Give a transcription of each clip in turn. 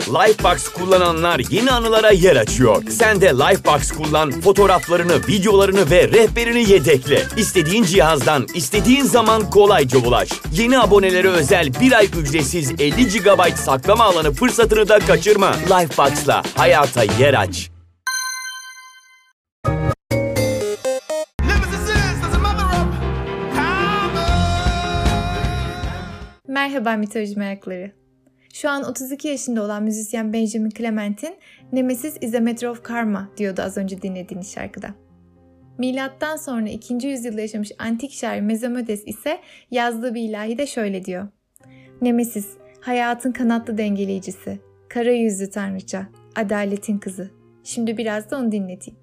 Lifebox kullananlar yeni anılara yer açıyor. Sen de Lifebox kullan, fotoğraflarını, videolarını ve rehberini yedekle. İstediğin cihazdan, istediğin zaman kolayca ulaş. Yeni abonelere özel 1 ay ücretsiz 50 GB saklama alanı fırsatını da kaçırma. Lifebox'la hayata yer aç. Merhaba mitoloji merakları. Şu an 32 yaşında olan müzisyen Benjamin Clement'in Nemesis is a Matter of Karma diyordu az önce dinlediğiniz şarkıda. Milattan sonra 2. yüzyılda yaşamış antik şair Mezomedes ise yazdığı bir ilahide şöyle diyor. Nemesis, hayatın kanatlı dengeleyicisi, kara yüzlü tanrıça, adaletin kızı. Şimdi biraz da onu dinleteyim.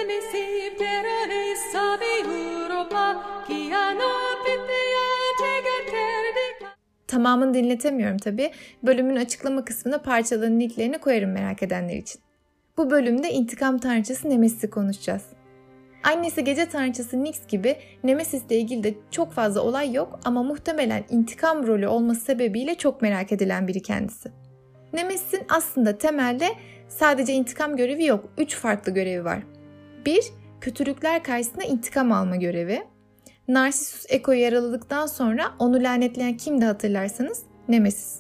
Tamamını dinletemiyorum tabii. Bölümün açıklama kısmına parçaların linklerini koyarım merak edenler için. Bu bölümde intikam tanrıçası Nemesis'i konuşacağız. Annesi gece tanrıçası Nyx gibi Nemesis'le ilgili de çok fazla olay yok ama muhtemelen intikam rolü olması sebebiyle çok merak edilen biri kendisi. Nemesis'in aslında temelde sadece intikam görevi yok. 3 farklı görevi var. 1. Kötülükler karşısında intikam alma görevi. Narsisus Eko'yu yaraladıktan sonra onu lanetleyen kimdi hatırlarsanız? Nemesis.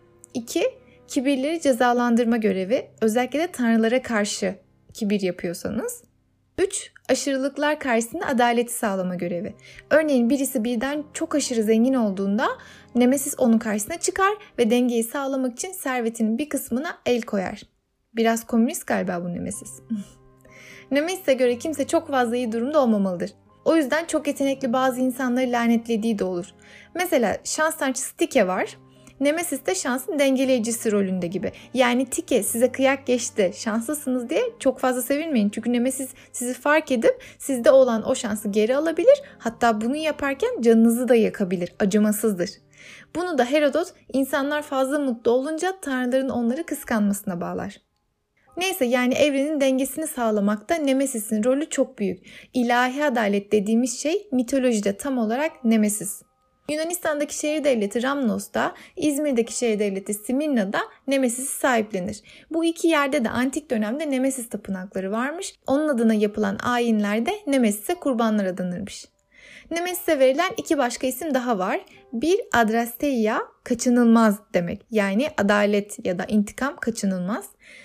2. Kibirleri cezalandırma görevi. Özellikle de tanrılara karşı kibir yapıyorsanız. 3. Aşırılıklar karşısında adaleti sağlama görevi. Örneğin birisi birden çok aşırı zengin olduğunda Nemesis onun karşısına çıkar ve dengeyi sağlamak için servetinin bir kısmına el koyar. Biraz komünist galiba bu Nemesis. Nemesis'e göre kimse çok fazla iyi durumda olmamalıdır. O yüzden çok yetenekli bazı insanları lanetlediği de olur. Mesela şans tanrıçası Tike var. Nemesis de şansın dengeleyicisi rolünde gibi. Yani Tike size kıyak geçti, şanslısınız diye çok fazla sevinmeyin. Çünkü Nemesis sizi fark edip sizde olan o şansı geri alabilir. Hatta bunu yaparken canınızı da yakabilir. Acımasızdır. Bunu da Herodot insanlar fazla mutlu olunca tanrıların onları kıskanmasına bağlar. Neyse yani evrenin dengesini sağlamakta Nemesis'in rolü çok büyük. İlahi adalet dediğimiz şey mitolojide tam olarak Nemesis. Yunanistan'daki şehir devleti Ramnos'ta, İzmir'deki şehir devleti Simirna'da Nemesis'i sahiplenir. Bu iki yerde de antik dönemde Nemesis tapınakları varmış. Onun adına yapılan ayinlerde Nemesis'e kurbanlar adanırmış. Nemesis'e verilen 2 başka isim daha var. Bir Adrasteia, kaçınılmaz demek. Yani adalet ya da intikam kaçınılmaz.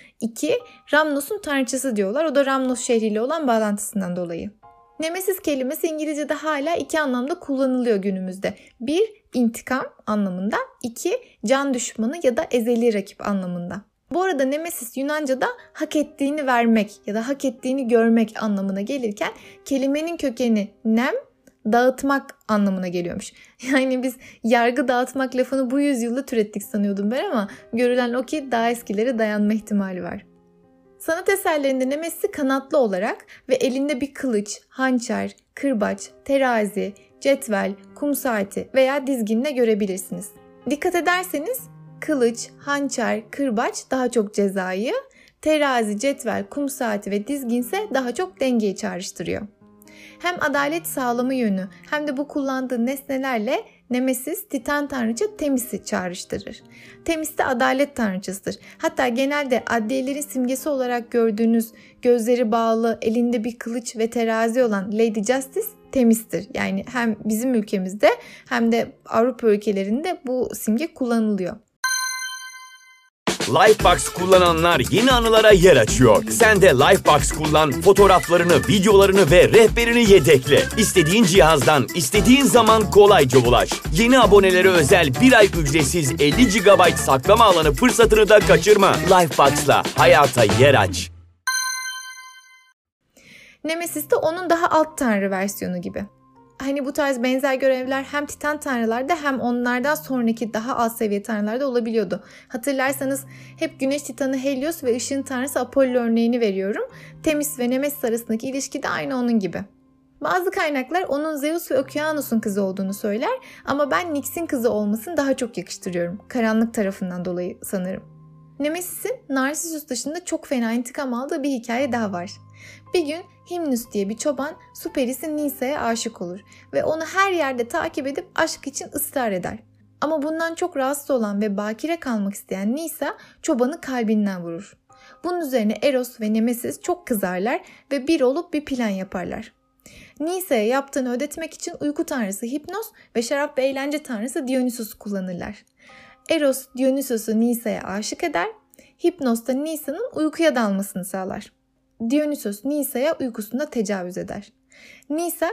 2. Ramnos'un tanrıçası diyorlar. O da Ramnos şehriyle olan bağlantısından dolayı. Nemesis kelimesi İngilizce'de hala 2 anlamda kullanılıyor günümüzde. 1. İntikam anlamında. 2. Can düşmanı ya da ezeli rakip anlamında. Bu arada Nemesis Yunanca'da hak ettiğini vermek ya da hak ettiğini görmek anlamına gelirken kelimenin kökeni nem, dağıtmak anlamına geliyormuş. Yani biz yargı dağıtmak lafını bu yüzyılda türettik sanıyordum ben ama görülen o ki daha eskilere dayanma ihtimali var. Sanat eserlerinde Nemesis'i kanatlı olarak ve elinde bir kılıç, hançer, kırbaç, terazi, cetvel, kum saati veya dizginle görebilirsiniz. Dikkat ederseniz kılıç, hançer, kırbaç daha çok cezayı, terazi, cetvel, kum saati ve dizginse daha çok dengeyi çağrıştırıyor. Hem adalet sağlama yönü hem de bu kullandığı nesnelerle Nemesis Titan tanrıça Temis'i çağrıştırır. Temis de adalet tanrıçasıdır. Hatta genelde adliyelerin simgesi olarak gördüğünüz gözleri bağlı, elinde bir kılıç ve terazi olan Lady Justice Temis'tir. Yani hem bizim ülkemizde hem de Avrupa ülkelerinde bu simge kullanılıyor. Lifebox kullananlar yeni anılara yer açıyor. Sen de Lifebox kullan, fotoğraflarını, videolarını ve rehberini yedekle. İstediğin cihazdan, istediğin zaman kolayca ulaş. Yeni abonelere özel 1 ay ücretsiz 50 GB saklama alanı fırsatını da kaçırma. Lifebox'la hayata yer aç. Nemesis de onun daha alt tanrı versiyonu gibi. Hani bu tarz benzer görevler hem Titan tanrılarda hem onlardan sonraki daha alt seviye tanrılarda olabiliyordu. Hatırlarsanız hep Güneş Titanı Helios ve ışığın tanrısı Apollo örneğini veriyorum. Temis ve Nemesis arasındaki ilişki de aynı onun gibi. Bazı kaynaklar onun Zeus ve Okeanos'un kızı olduğunu söyler ama ben Nyx'in kızı olmasını daha çok yakıştırıyorum. Karanlık tarafından dolayı sanırım. Nemesis'in Narsisus dışında çok fena intikam aldığı bir hikaye daha var. Bir gün Hymnus diye bir çoban su perisi Nisa'ya aşık olur ve onu her yerde takip edip aşk için ısrar eder. Ama bundan çok rahatsız olan ve bakire kalmak isteyen Nisa çobanı kalbinden vurur. Bunun üzerine Eros ve Nemesis çok kızarlar ve bir olup bir plan yaparlar. Nisa'ya yaptığını ödetmek için uyku tanrısı Hipnos ve şarap ve eğlence tanrısı Dionysos'u kullanırlar. Eros Dionysos'u Nisa'ya aşık eder, Hipnos da Nisa'nın uykuya dalmasını sağlar. Dionysos Nisa'ya uykusunda tecavüz eder. Nisa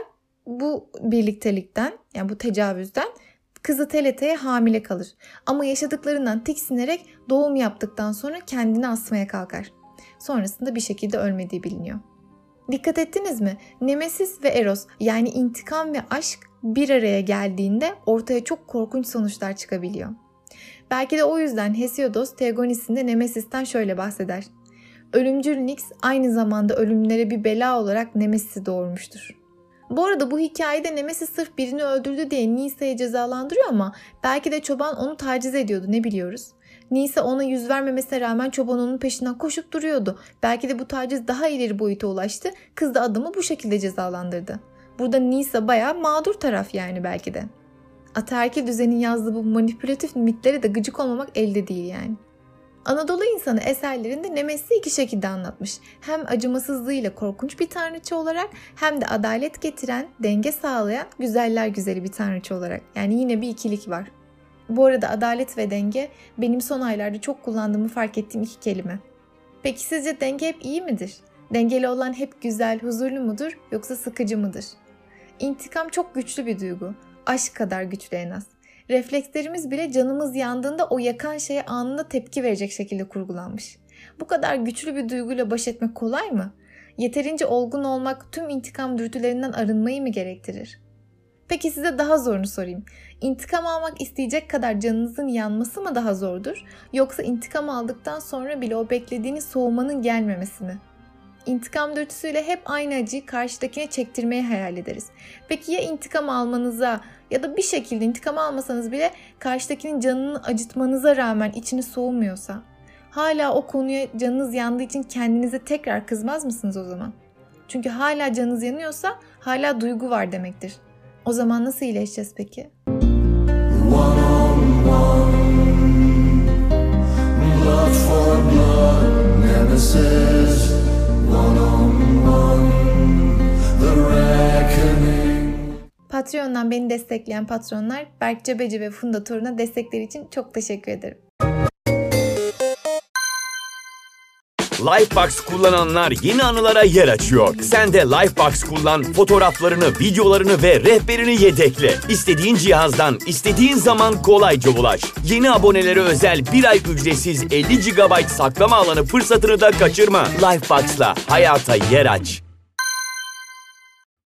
bu birliktelikten, yani bu tecavüzden kızı Telete'ye hamile kalır. Ama yaşadıklarından tiksinerek doğum yaptıktan sonra kendini asmaya kalkar. Sonrasında bir şekilde ölmediği biliniyor. Dikkat ettiniz mi? Nemesis ve Eros, yani intikam ve aşk bir araya geldiğinde ortaya çok korkunç sonuçlar çıkabiliyor. Belki de o yüzden Hesiodos Teogonis'inde Nemesis'ten şöyle bahseder. Ölümcül Nyx aynı zamanda ölümlere bir bela olarak Nemesis'i doğurmuştur. Bu arada bu hikayede Nemesis sırf birini öldürdü diye Nisa'yı cezalandırıyor ama belki de çoban onu taciz ediyordu, ne biliyoruz. Nisa ona yüz vermemesine rağmen çoban onun peşinden koşup duruyordu. Belki de bu taciz daha ileri boyuta ulaştı. Kız da adamı bu şekilde cezalandırdı. Burada Nisa bayağı mağdur taraf yani belki de. Ataerkil düzenin yazdığı bu manipülatif mitlere de gıcık olmamak elde değil yani. Anadolu insanı eserlerinde Nemesis'i iki şekilde anlatmış. Hem acımasızlığıyla korkunç bir tanrıça olarak hem de adalet getiren, denge sağlayan güzeller güzeli bir tanrıça olarak. Yani yine bir ikilik var. Bu arada adalet ve denge benim son aylarda çok kullandığımı fark ettiğim iki kelime. Peki sizce denge hep iyi midir? Dengeli olan hep güzel, huzurlu mudur yoksa sıkıcı mıdır? İntikam çok güçlü bir duygu. Aşk kadar güçlü en az. Reflekslerimiz bile canımız yandığında o yakan şeye anında tepki verecek şekilde kurgulanmış. Bu kadar güçlü bir duyguyla baş etmek kolay mı? Yeterince olgun olmak tüm intikam dürtülerinden arınmayı mı gerektirir? Peki size daha zorunu sorayım. İntikam almak isteyecek kadar canınızın yanması mı daha zordur? Yoksa intikam aldıktan sonra bile o beklediğiniz soğumanın gelmemesi mi? İntikam dürtüsüyle hep aynı acıyı karşıdakine çektirmeyi hayal ederiz. Peki ya intikam almanıza ya da bir şekilde intikam almasanız bile karşıdakinin canını acıtmanıza rağmen içiniz soğumuyorsa? Hala o konuya canınız yandığı için kendinize tekrar kızmaz mısınız o zaman? Çünkü hala canınız yanıyorsa hala duygu var demektir. O zaman nasıl iyileşeceğiz peki? Patreon'dan beni destekleyen patronlar Berk Cebeci ve Funda Torun'a destekleri için çok teşekkür ederim. Lifebox kullananlar yeni anılara yer açıyor. Sen de Lifebox kullan, fotoğraflarını, videolarını ve rehberini yedekle. İstediğin cihazdan, istediğin zaman kolayca ulaş. Yeni abonelere özel bir ay ücretsiz 50 GB saklama alanı fırsatını da kaçırma. Lifebox'la hayata yer aç.